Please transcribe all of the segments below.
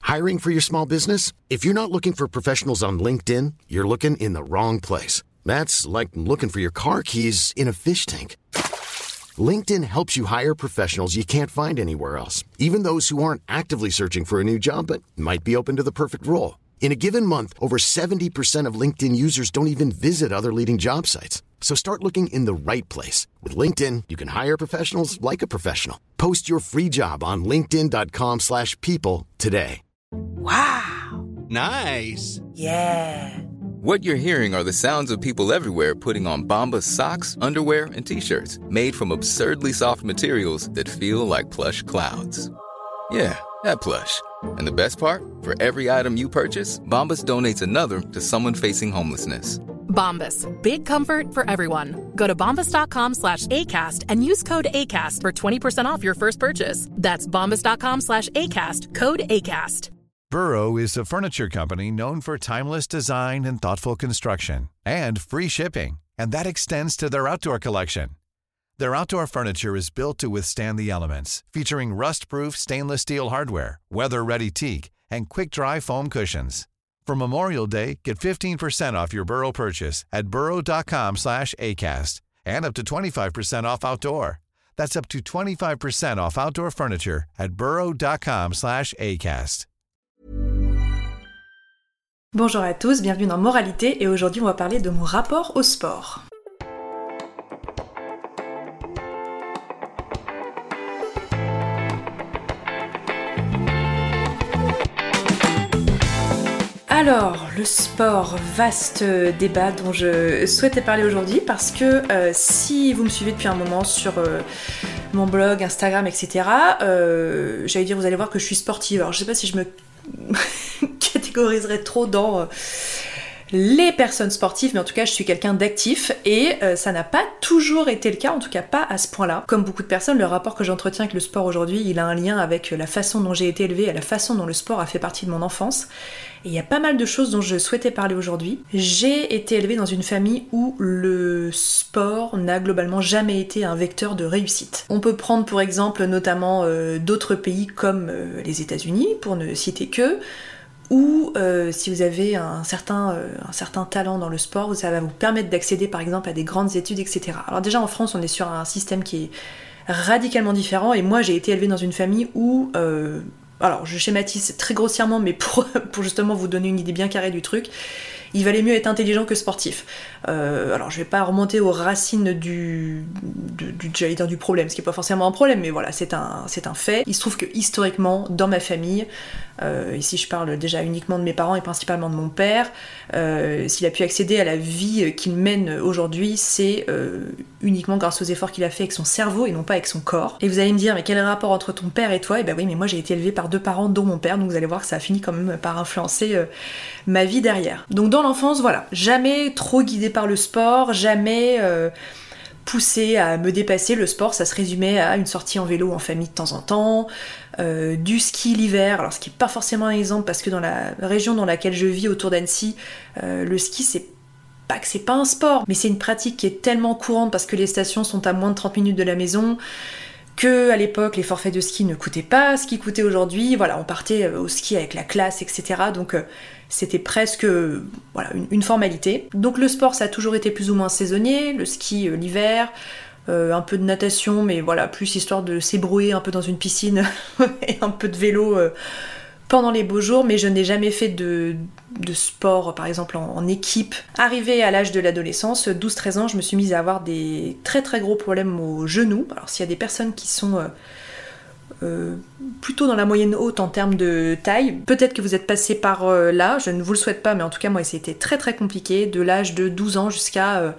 Hiring for your small business? If you're not looking for professionals on LinkedIn, you're looking in the wrong place. That's like looking for your car keys in a fish tank. LinkedIn helps you hire professionals you can't find anywhere else, even those who aren't actively searching for a new job but might be open to the perfect role. In a given month, over 70% of LinkedIn users don't even visit other leading job sites. So start looking in the right place. With LinkedIn, you can hire professionals like a professional. Post your free job on linkedin.com/people today. Wow! Nice! Yeah! What you're hearing are the sounds of people everywhere putting on Bombas socks, underwear, and T-shirts made from absurdly soft materials that feel like plush clouds. Yeah, that plush. And the best part? For every item you purchase, Bombas donates another to someone facing homelessness. Bombas. Big comfort for everyone. Go to bombas.com/ACAST and use code ACAST for 20% off your first purchase. That's bombas.com/ACAST. Code ACAST. Burrow is a furniture company known for timeless design and thoughtful construction, and free shipping, and that extends to their outdoor collection. Their outdoor furniture is built to withstand the elements, featuring rust-proof stainless steel hardware, weather-ready teak, and quick-dry foam cushions. For Memorial Day, get 15% off your Burrow purchase at burrow.com/ACAST, and up to 25% off outdoor. That's up to 25% off outdoor furniture at burrow.com/ACAST. Bonjour à tous, bienvenue dans Moralité et aujourd'hui on va parler de mon rapport au sport. Alors, le sport, vaste débat dont je souhaitais parler aujourd'hui parce que si vous me suivez depuis un moment sur mon blog, Instagram, etc., j'allais dire, vous allez voir que je suis sportive. Alors je sais pas si je me catégoriserais trop dans les personnes sportives, mais en tout cas je suis quelqu'un d'actif et ça n'a pas toujours été le cas, en tout cas pas à ce point-là. Comme beaucoup de personnes, le rapport que j'entretiens avec le sport aujourd'hui, il a un lien avec la façon dont j'ai été élevée et la façon dont le sport a fait partie de mon enfance. Et il y a pas mal de choses dont je souhaitais parler aujourd'hui. J'ai été élevée dans une famille où le sport n'a globalement jamais été un vecteur de réussite. On peut prendre pour exemple notamment d'autres pays comme les États-Unis, pour ne citer que, ou si vous avez un certain talent dans le sport, ça va vous permettre d'accéder par exemple à des grandes études, etc. Alors déjà en France, on est sur un système qui est radicalement différent, et moi j'ai été élevée dans une famille où... alors je schématise très grossièrement, mais pour justement vous donner une idée bien carrée du truc, il valait mieux être intelligent que sportif. Alors je vais pas remonter aux racines du problème, ce qui est pas forcément un problème, mais voilà, c'est un fait. Il se trouve que historiquement, dans ma famille, ici je parle déjà uniquement de mes parents et principalement de mon père, s'il a pu accéder à la vie qu'il mène aujourd'hui, c'est uniquement grâce aux efforts qu'il a fait avec son cerveau et non pas avec son corps. Et vous allez me dire, mais quel est le rapport entre ton père et toi ? Et ben oui, mais moi j'ai été élevée par deux parents dont mon père, donc vous allez voir que ça a fini quand même par influencer ma vie derrière. Donc dans l'enfance, voilà, jamais trop guidée par le sport, jamais poussée à me dépasser. Le sport, ça se résumait à une sortie en vélo en famille de temps en temps, du ski l'hiver, alors ce qui n'est pas forcément un exemple parce que dans la région dans laquelle je vis autour d'Annecy, le ski c'est pas un sport, mais c'est une pratique qui est tellement courante parce que les stations sont à moins de 30 minutes de la maison, que à l'époque les forfaits de ski ne coûtaient pas ce qu'ils coûtaient aujourd'hui. Voilà, on partait au ski avec la classe, etc. Donc c'était presque voilà, une formalité. Donc le sport, ça a toujours été plus ou moins saisonnier, le ski l'hiver, un peu de natation, mais voilà, plus histoire de s'ébrouer un peu dans une piscine et un peu de vélo pendant les beaux jours, mais je n'ai jamais fait de sport, par exemple en équipe. Arrivée à l'âge de l'adolescence, 12-13 ans, je me suis mise à avoir des très très gros problèmes aux genoux. Alors s'il y a des personnes qui sont plutôt dans la moyenne haute en termes de taille, peut-être que vous êtes passé par là, je ne vous le souhaite pas, mais en tout cas moi c'était très très compliqué, de l'âge de 12 ans jusqu'à...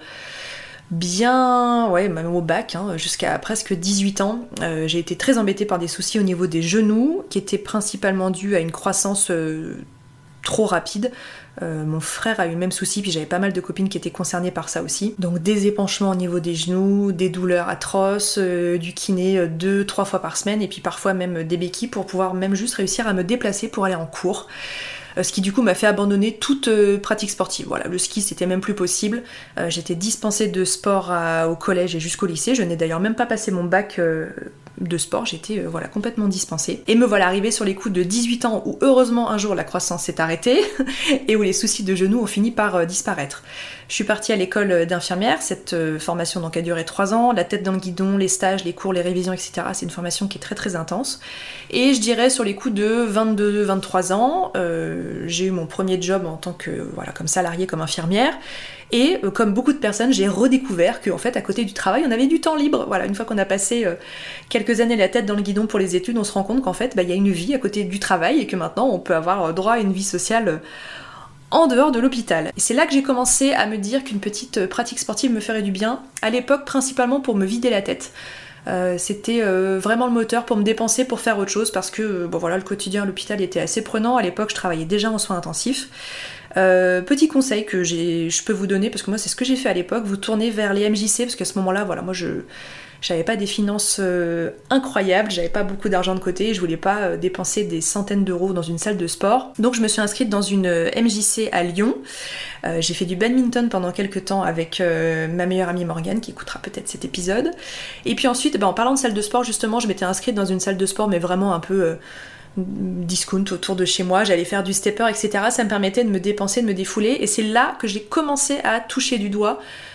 même au bac, jusqu'à presque 18 ans, j'ai été très embêtée par des soucis au niveau des genoux, qui étaient principalement dus à une croissance trop rapide. Mon frère a eu le même souci, puis j'avais pas mal de copines qui étaient concernées par ça aussi. Donc des épanchements au niveau des genoux, des douleurs atroces, du kiné 2-3 fois par semaine, et puis parfois même des béquilles pour pouvoir même juste réussir à me déplacer pour aller en cours. Ce qui du coup m'a fait abandonner toute pratique sportive. Voilà, le ski c'était même plus possible. J'étais dispensée de sport au collège et jusqu'au lycée. Je n'ai d'ailleurs même pas passé mon bac de sport, j'étais complètement dispensée. Et me voilà arrivée sur les coups de 18 ans où heureusement un jour la croissance s'est arrêtée et où les soucis de genoux ont fini par disparaître. Je suis partie à l'école d'infirmière, cette formation donc a duré 3 ans, la tête dans le guidon, les stages, les cours, les révisions, etc. C'est une formation qui est très très intense. Et je dirais sur les coups de 22-23 ans, j'ai eu mon premier job en tant que comme salariée, comme infirmière. Et comme beaucoup de personnes, j'ai redécouvert qu'en fait, à côté du travail, on avait du temps libre. Voilà, une fois qu'on a passé quelques années la tête dans le guidon pour les études, on se rend compte qu'en fait, il y a une vie à côté du travail et que maintenant, on peut avoir droit à une vie sociale en dehors de l'hôpital. Et c'est là que j'ai commencé à me dire qu'une petite pratique sportive me ferait du bien. À l'époque, principalement pour me vider la tête. C'était vraiment le moteur pour me dépenser, pour faire autre chose, parce que le quotidien à l'hôpital était assez prenant. À l'époque, je travaillais déjà en soins intensifs. Petit conseil que je peux vous donner, parce que moi c'est ce que j'ai fait à l'époque, vous tournez vers les MJC, parce qu'à ce moment-là, moi j'avais pas des finances incroyables, j'avais pas beaucoup d'argent de côté, je voulais pas dépenser des centaines d'euros dans une salle de sport. Donc je me suis inscrite dans une MJC à Lyon. J'ai fait du badminton pendant quelques temps avec ma meilleure amie Morgane, qui écoutera peut-être cet épisode. Et puis ensuite, en parlant de salle de sport, justement, je m'étais inscrite dans une salle de sport, mais vraiment un peu discount autour de chez moi, j'allais faire du stepper, etc. Ça me permettait de me dépenser, de me défouler, et c'est là que j'ai commencé à toucher du doigt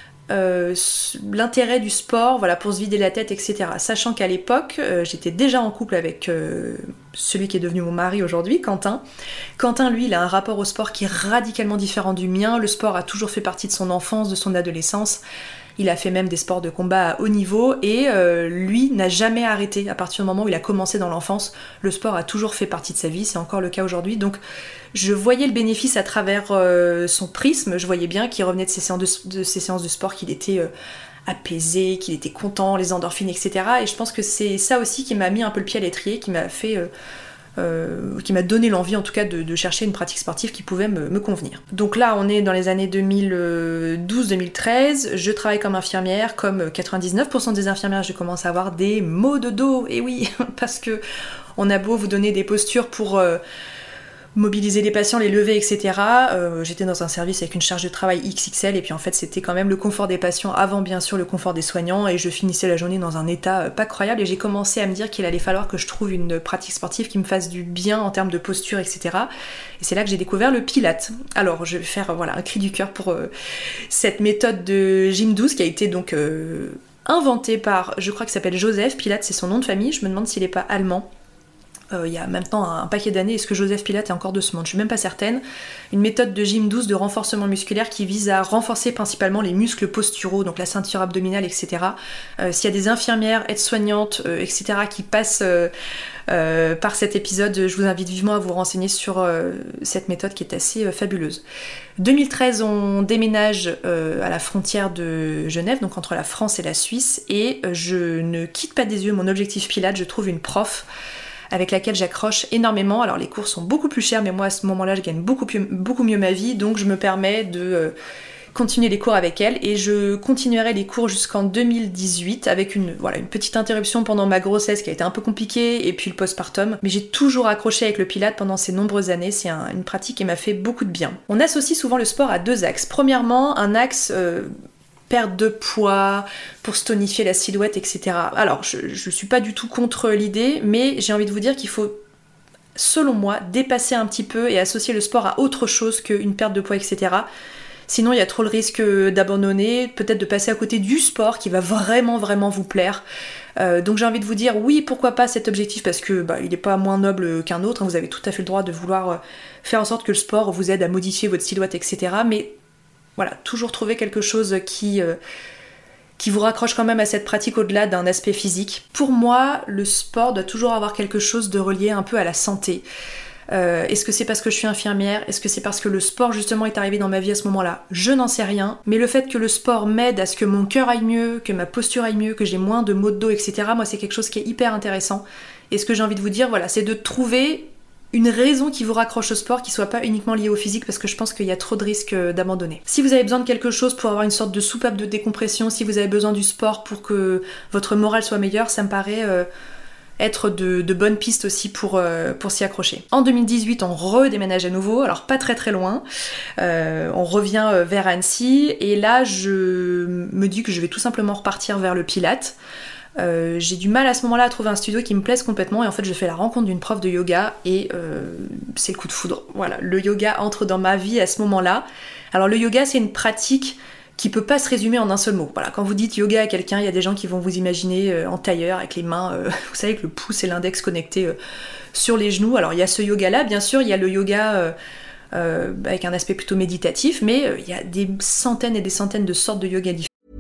l'intérêt du sport, pour se vider la tête, etc. Sachant qu'à l'époque, j'étais déjà en couple avec celui qui est devenu mon mari aujourd'hui, Quentin. Quentin, lui, il a un rapport au sport qui est radicalement différent du mien. Le sport a toujours fait partie de son enfance, de son adolescence. Il a fait même des sports de combat à haut niveau et lui n'a jamais arrêté. À partir du moment où il a commencé dans l'enfance, le sport a toujours fait partie de sa vie, c'est encore le cas aujourd'hui. Donc je voyais le bénéfice à travers son prisme, je voyais bien qu'il revenait de ses séances de sport, qu'il était apaisé, qu'il était content, les endorphines, etc. Et je pense que c'est ça aussi qui m'a mis un peu le pied à l'étrier, qui m'a fait... qui m'a donné l'envie en tout cas de chercher une pratique sportive qui pouvait me convenir. Donc là on est dans les années 2012-2013, je travaille comme infirmière, comme 99% des infirmières, je commence à avoir des maux de dos, et oui, parce que on a beau vous donner des postures pour mobiliser les patients, les lever, etc. J'étais dans un service avec une charge de travail XXL et puis en fait c'était quand même le confort des patients avant bien sûr le confort des soignants et je finissais la journée dans un état pas croyable et j'ai commencé à me dire qu'il allait falloir que je trouve une pratique sportive qui me fasse du bien en termes de posture, etc. Et c'est là que j'ai découvert le Pilates. Alors je vais faire un cri du cœur pour cette méthode de Gym 12 qui a été donc inventée par, je crois qu'il s'appelle Joseph Pilates, c'est son nom de famille, je me demande s'il n'est pas allemand. Il y a maintenant un paquet d'années, est-ce que Joseph Pilates est encore de ce monde? Je suis même pas certaine. Une méthode de Gym 12 de renforcement musculaire qui vise à renforcer principalement les muscles posturaux, donc la ceinture abdominale, etc. S'il y a des infirmières, aides-soignantes, etc. qui passent par cet épisode, je vous invite vivement à vous renseigner sur cette méthode qui est assez fabuleuse. 2013, on déménage à la frontière de Genève, donc entre la France et la Suisse, et je ne quitte pas des yeux mon objectif Pilates, je trouve une prof avec laquelle j'accroche énormément. Alors les cours sont beaucoup plus chers, mais moi à ce moment-là je gagne beaucoup mieux ma vie, donc je me permets de continuer les cours avec elle et je continuerai les cours jusqu'en 2018 avec une petite interruption pendant ma grossesse qui a été un peu compliquée et puis le postpartum, mais j'ai toujours accroché avec le Pilates pendant ces nombreuses années, c'est une pratique qui m'a fait beaucoup de bien. On associe souvent le sport à 2 axes. Premièrement, un axe perte de poids, pour se tonifier la silhouette, etc. Alors, je suis pas du tout contre l'idée, mais j'ai envie de vous dire qu'il faut, selon moi, dépasser un petit peu et associer le sport à autre chose qu'une perte de poids, etc. Sinon, il y a trop le risque d'abandonner, peut-être de passer à côté du sport qui va vraiment, vraiment vous plaire. Donc j'ai envie de vous dire, oui, pourquoi pas cet objectif, parce que il n'est pas moins noble qu'un autre, hein, vous avez tout à fait le droit de vouloir faire en sorte que le sport vous aide à modifier votre silhouette, etc. Mais voilà, toujours trouver quelque chose qui vous raccroche quand même à cette pratique au-delà d'un aspect physique. Pour moi, le sport doit toujours avoir quelque chose de relié un peu à la santé. Est-ce que c'est parce que je suis infirmière? Est-ce que c'est parce que le sport justement est arrivé dans ma vie à ce moment-là? Je n'en sais rien. Mais le fait que le sport m'aide à ce que mon cœur aille mieux, que ma posture aille mieux, que j'ai moins de maux de dos, etc. Moi, c'est quelque chose qui est hyper intéressant. Et ce que j'ai envie de vous dire, c'est de trouver une raison qui vous raccroche au sport, qui soit pas uniquement liée au physique, parce que je pense qu'il y a trop de risques d'abandonner. Si vous avez besoin de quelque chose pour avoir une sorte de soupape de décompression, si vous avez besoin du sport pour que votre morale soit meilleure, ça me paraît être de bonnes pistes aussi pour s'y accrocher. En 2018, on redéménage à nouveau, alors pas très très loin, on revient vers Annecy, et là je me dis que je vais tout simplement repartir vers le Pilates. J'ai du mal à ce moment-là à trouver un studio qui me plaise complètement et en fait je fais la rencontre d'une prof de yoga et c'est le coup de foudre. Voilà, le yoga entre dans ma vie à ce moment-là. Alors le yoga c'est une pratique qui peut pas se résumer en un seul mot. Voilà, quand vous dites yoga à quelqu'un, il y a des gens qui vont vous imaginer en tailleur avec les mains, vous savez, avec le pouce et l'index connectés sur les genoux. Alors il y a ce yoga-là, bien sûr, il y a le yoga avec un aspect plutôt méditatif, mais il y a des centaines et des centaines de sortes de yoga différents.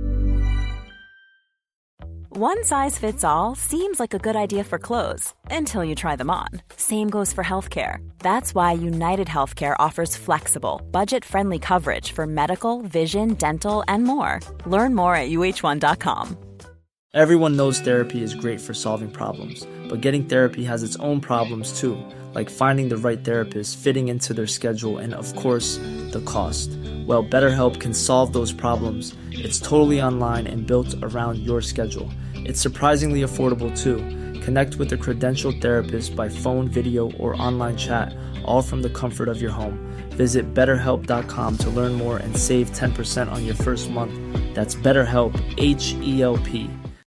One size fits all seems like a good idea for clothes until you try them on. Same goes for healthcare. That's why United Healthcare offers flexible, budget-friendly coverage for medical, vision, dental, and more. Learn more at uh1.com. Everyone knows therapy is great for solving problems, but getting therapy has its own problems too, like finding the right therapist, fitting into their schedule, and of course, the cost. Well, BetterHelp can solve those problems. It's totally online and built around your schedule. It's surprisingly affordable too. Connect with a credentialed therapist by phone, video, or online chat, all from the comfort of your home. Visit BetterHelp.com to learn more and save 10% on your first month. That's BetterHelp, H-E-L-P.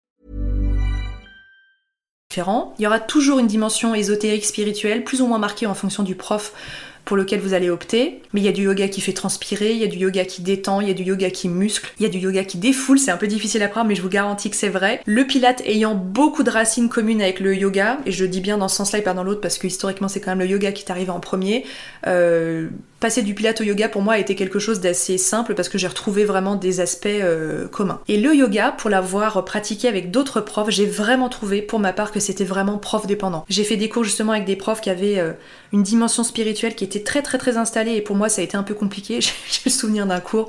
Il y aura toujours une dimension ésotérique, spirituelle, plus ou moins marquée en fonction du prof pour lequel vous allez opter. Mais il y a du yoga qui fait transpirer, il y a du yoga qui détend, il y a du yoga qui muscle, il y a du yoga qui défoule, c'est un peu difficile à croire mais je vous garantis que c'est vrai. Le pilate ayant beaucoup de racines communes avec le yoga, et je dis bien dans ce sens-là et pas dans l'autre parce que historiquement c'est quand même le yoga qui est arrivé en premier, passer du pilate au yoga pour moi a été quelque chose d'assez simple parce que j'ai retrouvé vraiment des aspects communs. Et le yoga, pour l'avoir pratiqué avec d'autres profs, j'ai vraiment trouvé pour ma part que c'était vraiment prof dépendant. J'ai fait des cours justement avec des profs qui avaient une dimension spirituelle qui était très très très installée et pour moi ça a été un peu compliqué. J'ai le souvenir d'un cours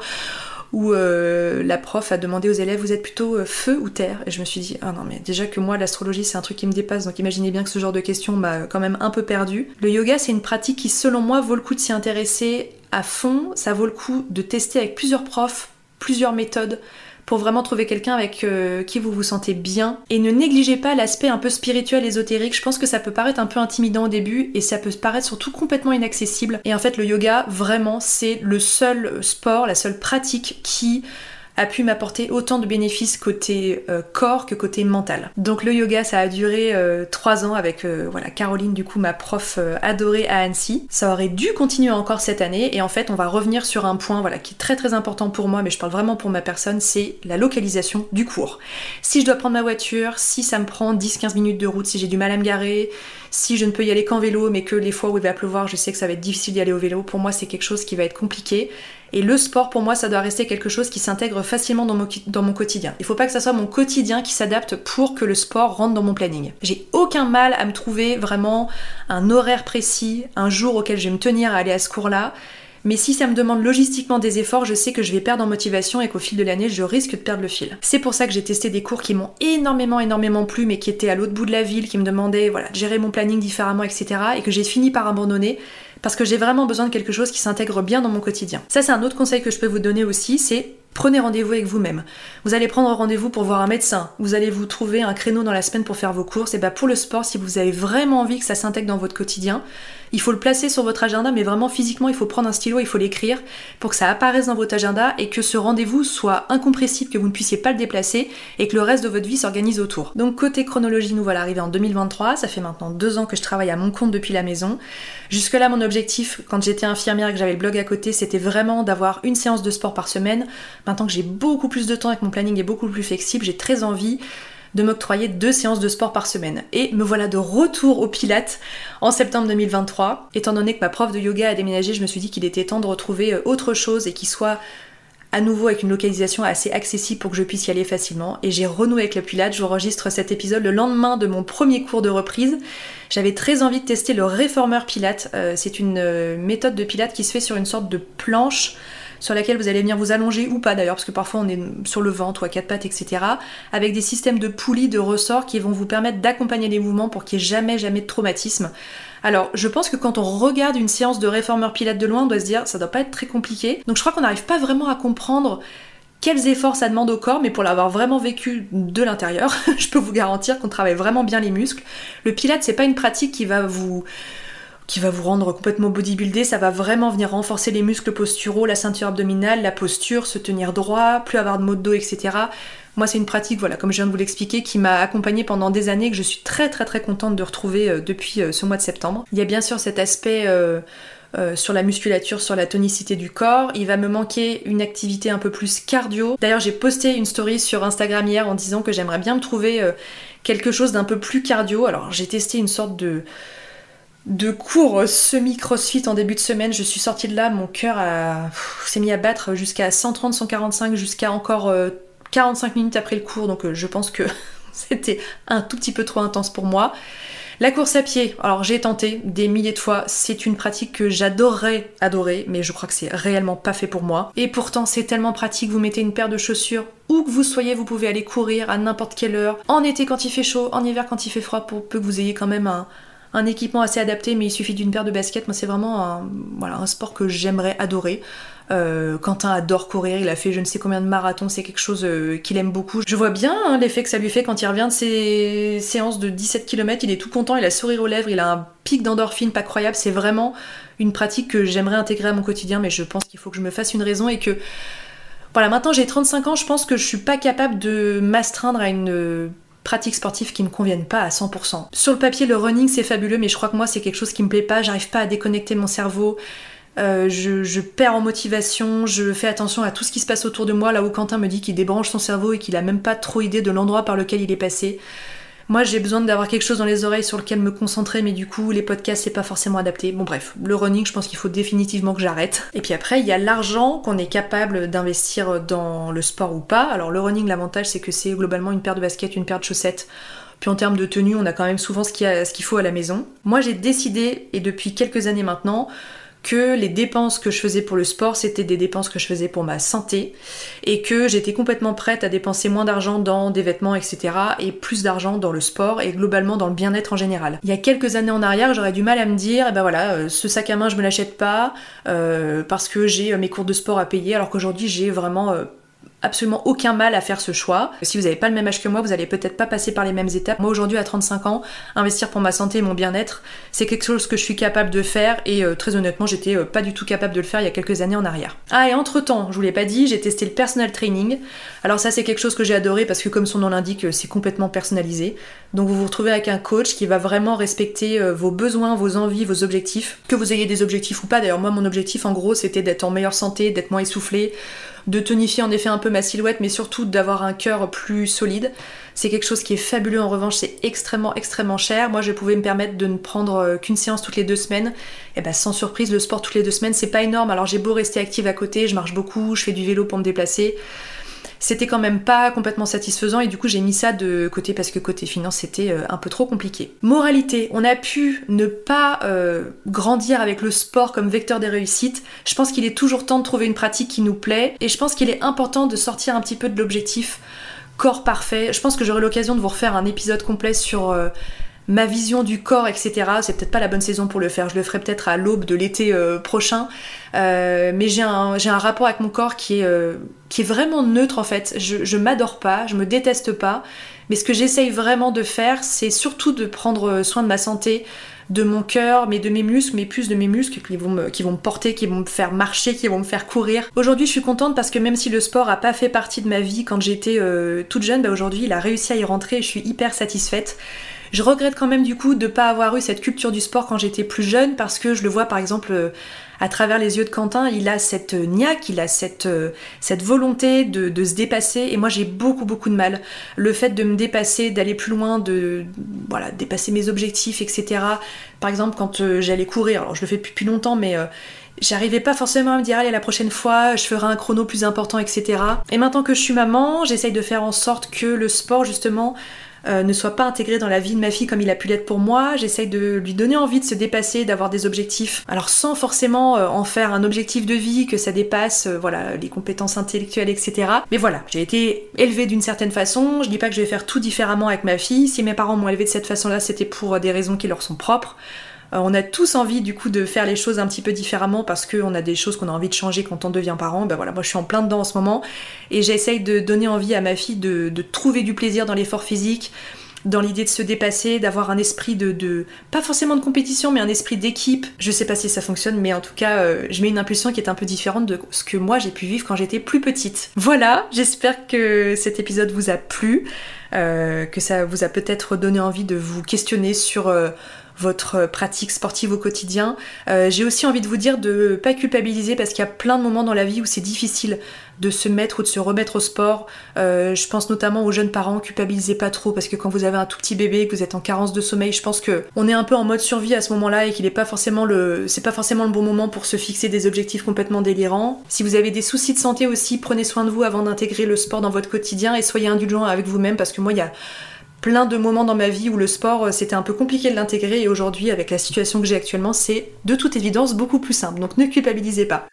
où la prof a demandé aux élèves, vous êtes plutôt feu ou terre? Et je me suis dit, ah non mais déjà que moi l'astrologie c'est un truc qui me dépasse, donc imaginez bien que ce genre de questions m'a quand même un peu perdue. Le yoga c'est une pratique qui selon moi vaut le coup de s'y intéresser à fond, ça vaut le coup de tester avec plusieurs profs, plusieurs méthodes, pour vraiment trouver quelqu'un avec qui vous vous sentez bien. Et ne négligez pas l'aspect un peu spirituel, ésotérique. Je pense que ça peut paraître un peu intimidant au début et ça peut paraître surtout complètement inaccessible. Et en fait, le yoga, vraiment, c'est le seul sport, la seule pratique qui a pu m'apporter autant de bénéfices côté corps que côté mental. Donc le yoga ça a duré 3 ans avec Caroline du coup ma prof adorée à Annecy. Ça aurait dû continuer encore cette année et en fait on va revenir sur un point qui est très très important pour moi mais je parle vraiment pour ma personne, c'est la localisation du cours. Si je dois prendre ma voiture, si ça me prend 10-15 minutes de route, si j'ai du mal à me garer, si je ne peux y aller qu'en vélo mais que les fois où il va pleuvoir je sais que ça va être difficile d'y aller au vélo, pour moi c'est quelque chose qui va être compliqué. Et le sport, pour moi, ça doit rester quelque chose qui s'intègre facilement dans mon quotidien. Il faut pas que ça soit mon quotidien qui s'adapte pour que le sport rentre dans mon planning. J'ai aucun mal à me trouver vraiment un horaire précis, un jour auquel je vais me tenir à aller à ce cours-là. Mais si ça me demande logistiquement des efforts, je sais que je vais perdre en motivation et qu'au fil de l'année, je risque de perdre le fil. C'est pour ça que j'ai testé des cours qui m'ont énormément plu, mais qui étaient à l'autre bout de la ville, qui me demandaient de gérer mon planning différemment, etc. Et que j'ai fini par abandonner parce que j'ai vraiment besoin de quelque chose qui s'intègre bien dans mon quotidien. Ça, c'est un autre conseil que je peux vous donner aussi, c'est prenez rendez-vous avec vous-même. Vous allez prendre rendez-vous pour voir un médecin, vous allez vous trouver un créneau dans la semaine pour faire vos courses, et pour le sport, si vous avez vraiment envie que ça s'intègre dans votre quotidien, il faut le placer sur votre agenda, mais vraiment physiquement, il faut prendre un stylo, il faut l'écrire pour que ça apparaisse dans votre agenda et que ce rendez-vous soit incompressible, que vous ne puissiez pas le déplacer et que le reste de votre vie s'organise autour. Donc côté chronologie, nous voilà arrivés en 2023, ça fait maintenant 2 ans que je travaille à mon compte depuis la maison. Jusque-là, mon objectif, quand j'étais infirmière et que j'avais le blog à côté, c'était vraiment d'avoir une séance de sport par semaine. Maintenant que j'ai beaucoup plus de temps et que mon planning est beaucoup plus flexible, j'ai très envie de m'octroyer 2 séances de sport par semaine. Et me voilà de retour au Pilates en septembre 2023. Étant donné que ma prof de yoga a déménagé, je me suis dit qu'il était temps de retrouver autre chose et qu'il soit à nouveau avec une localisation assez accessible pour que je puisse y aller facilement. Et j'ai renoué avec le Pilates. J'enregistre cet épisode le lendemain de mon premier cours de reprise. J'avais très envie de tester le Reformer Pilates. C'est une méthode de Pilates qui se fait sur une sorte de planche sur laquelle vous allez venir vous allonger ou pas d'ailleurs, parce que parfois on est sur le ventre ou à 4 pattes, etc. avec des systèmes de poulies, de ressorts qui vont vous permettre d'accompagner les mouvements pour qu'il n'y ait jamais de traumatisme. Alors, je pense que quand on regarde une séance de Reformer Pilates de loin, on doit se dire ça doit pas être très compliqué. Donc je crois qu'on n'arrive pas vraiment à comprendre quels efforts ça demande au corps, mais pour l'avoir vraiment vécu de l'intérieur, je peux vous garantir qu'on travaille vraiment bien les muscles. Le Pilates, c'est pas une pratique qui va vous rendre complètement bodybuildé, ça va vraiment venir renforcer les muscles posturaux, la ceinture abdominale, la posture, se tenir droit, plus avoir de maux de dos, etc. Moi, c'est une pratique, voilà, comme je viens de vous l'expliquer, qui m'a accompagnée pendant des années, que je suis très très très contente de retrouver depuis ce mois de septembre. Il y a bien sûr cet aspect sur la musculature, sur la tonicité du corps. Il va me manquer une activité un peu plus cardio. D'ailleurs, j'ai posté une story sur Instagram hier en disant que j'aimerais bien me trouver quelque chose d'un peu plus cardio. Alors, j'ai testé une sorte de cours semi-crossfit en début de semaine. Je suis sortie de là, mon cœur s'est mis à battre jusqu'à 130, 145, jusqu'à encore 45 minutes après le cours, donc je pense que c'était un tout petit peu trop intense pour moi. La course à pied, alors j'ai tenté des milliers de fois, c'est une pratique que j'adorerais adorer, mais je crois que c'est réellement pas fait pour moi. Et pourtant c'est tellement pratique, vous mettez une paire de chaussures, où que vous soyez, vous pouvez aller courir à n'importe quelle heure, en été quand il fait chaud, en hiver quand il fait froid, pour peu que vous ayez quand même un équipement assez adapté, mais il suffit d'une paire de baskets. Moi c'est vraiment un sport que j'aimerais adorer. Quentin adore courir, il a fait je ne sais combien de marathons, c'est quelque chose qu'il aime beaucoup. Je vois bien l'effet que ça lui fait quand il revient de ses séances de 17 km, il est tout content, il a le sourire aux lèvres, il a un pic d'endorphine pas croyable, c'est vraiment une pratique que j'aimerais intégrer à mon quotidien, mais je pense qu'il faut que je me fasse une raison et que... Voilà, maintenant j'ai 35 ans, je pense que je suis pas capable de m'astreindre à une pratiques sportives qui me conviennent pas à 100%. Sur le papier, le running c'est fabuleux, mais je crois que moi c'est quelque chose qui me plaît pas, j'arrive pas à déconnecter mon cerveau. Je perds en motivation, je fais attention à tout ce qui se passe autour de moi, là où Quentin me dit qu'il débranche son cerveau et qu'il a même pas trop idée de l'endroit par lequel il est passé. Moi j'ai besoin d'avoir quelque chose dans les oreilles sur lequel me concentrer, mais du coup les podcasts c'est pas forcément adapté. Bon bref, le running je pense qu'il faut définitivement que j'arrête. Et puis après il y a l'argent qu'on est capable d'investir dans le sport ou pas. Alors le running, l'avantage c'est que c'est globalement une paire de baskets, une paire de chaussettes. Puis en termes de tenue, on a quand même souvent ce qu'il faut à la maison. Moi j'ai décidé, et depuis quelques années maintenant, que les dépenses que je faisais pour le sport, c'était des dépenses que je faisais pour ma santé, et que j'étais complètement prête à dépenser moins d'argent dans des vêtements, etc., et plus d'argent dans le sport, et globalement dans le bien-être en général. Il y a quelques années en arrière, j'aurais du mal à me dire, eh ben voilà, ce sac à main je me l'achète pas, parce que j'ai mes cours de sport à payer, alors qu'aujourd'hui j'ai vraiment... absolument aucun mal à faire ce choix. Si vous n'avez pas le même âge que moi, vous allez peut-être pas passer par les mêmes étapes. Moi aujourd'hui à 35 ans, investir pour ma santé et mon bien-être, c'est quelque chose que je suis capable de faire, et très honnêtement j'étais pas du tout capable de le faire il y a quelques années en arrière. Ah, et entre temps, je vous l'ai pas dit, j'ai testé le personal training. Alors ça c'est quelque chose que j'ai adoré parce que comme son nom l'indique, c'est complètement personnalisé. Donc vous vous retrouvez avec un coach qui va vraiment respecter vos besoins, vos envies, vos objectifs. Que vous ayez des objectifs ou pas, d'ailleurs moi mon objectif en gros c'était d'être en meilleure santé, d'être moins essoufflée, de tonifier en effet un peu ma silhouette, mais surtout d'avoir un cœur plus solide. C'est quelque chose qui est fabuleux, en revanche c'est extrêmement cher. Moi je pouvais me permettre de ne prendre qu'une séance toutes les 2 semaines, et ben sans surprise le sport toutes les 2 semaines c'est pas énorme. Alors j'ai beau rester active à côté, je marche beaucoup, je fais du vélo pour me déplacer, c'était quand même pas complètement satisfaisant, et du coup j'ai mis ça de côté parce que côté finance c'était un peu trop compliqué. Moralité, on a pu ne pas grandir avec le sport comme vecteur des réussites. Je pense qu'il est toujours temps de trouver une pratique qui nous plaît, et je pense qu'il est important de sortir un petit peu de l'objectif corps parfait. Je pense que j'aurai l'occasion de vous refaire un épisode complet sur ma vision du corps, etc. C'est peut-être pas la bonne saison pour le faire, je le ferai peut-être à l'aube de l'été prochain, mais j'ai un rapport avec mon corps qui est vraiment neutre en fait. Je m'adore pas, je me déteste pas, mais ce que j'essaye vraiment de faire, c'est surtout de prendre soin de ma santé, de mon cœur, mais de mes muscles, mais plus de mes muscles qui vont me porter, qui vont me faire marcher, qui vont me faire courir. Aujourd'hui je suis contente parce que même si le sport a pas fait partie de ma vie quand j'étais toute jeune, aujourd'hui il a réussi à y rentrer et je suis hyper satisfaite. Je regrette quand même du coup de pas avoir eu cette culture du sport quand j'étais plus jeune, parce que je le vois par exemple à travers les yeux de Quentin, il a cette niaque, il a cette volonté de se dépasser, et moi j'ai beaucoup de mal. Le fait de me dépasser, d'aller plus loin, de dépasser mes objectifs, etc. Par exemple quand j'allais courir, alors je le fais depuis longtemps, mais j'arrivais pas forcément à me dire allez la prochaine fois je ferai un chrono plus important, etc. Et maintenant que je suis maman, j'essaye de faire en sorte que le sport justement ne soit pas intégré dans la vie de ma fille comme il a pu l'être pour moi. J'essaye de lui donner envie de se dépasser, d'avoir des objectifs, alors sans forcément en faire un objectif de vie, que ça dépasse les compétences intellectuelles, etc. Mais voilà, j'ai été élevée d'une certaine façon, je dis pas que je vais faire tout différemment avec ma fille. Si mes parents m'ont élevée de cette façon-là, c'était pour des raisons qui leur sont propres. On a tous envie du coup de faire les choses un petit peu différemment parce qu'on a des choses qu'on a envie de changer quand on devient parent. Ben voilà, moi je suis en plein dedans en ce moment, et j'essaye de donner envie à ma fille de trouver du plaisir dans l'effort physique, dans l'idée de se dépasser, d'avoir un esprit de pas forcément de compétition, mais un esprit d'équipe. Je sais pas si ça fonctionne, mais en tout cas, je mets une impulsion qui est un peu différente de ce que moi j'ai pu vivre quand j'étais plus petite. Voilà, j'espère que cet épisode vous a plu, que ça vous a peut-être donné envie de vous questionner sur votre pratique sportive au quotidien. J'ai aussi envie de vous dire de pas culpabiliser parce qu'il y a plein de moments dans la vie où c'est difficile de se mettre ou de se remettre au sport. Je pense notamment aux jeunes parents, culpabilisez pas trop parce que quand vous avez un tout petit bébé, que vous êtes en carence de sommeil, je pense que on est un peu en mode survie à ce moment-là et qu'il est pas forcément c'est pas forcément le bon moment pour se fixer des objectifs complètement délirants. Si vous avez des soucis de santé aussi, prenez soin de vous avant d'intégrer le sport dans votre quotidien et soyez indulgents avec vous-même parce que moi il y a plein de moments dans ma vie où le sport, c'était un peu compliqué de l'intégrer et aujourd'hui, avec la situation que j'ai actuellement, c'est de toute évidence beaucoup plus simple. Donc ne culpabilisez pas.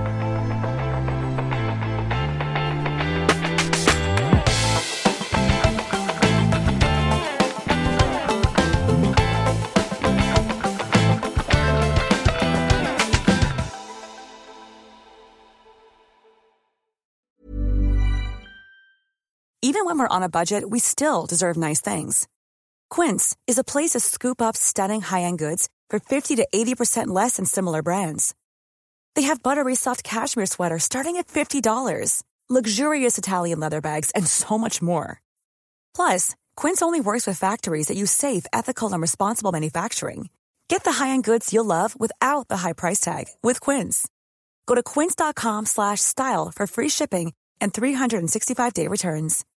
Even when we're on a budget, we still deserve nice things. Quince is a place to scoop up stunning high-end goods for 50 to 80% less than similar brands. They have buttery soft cashmere sweaters starting at $50, luxurious Italian leather bags, and so much more. Plus, Quince only works with factories that use safe, ethical, and responsible manufacturing. Get the high-end goods you'll love without the high price tag with Quince. Go to quince.com/style for free shipping and 365-day returns.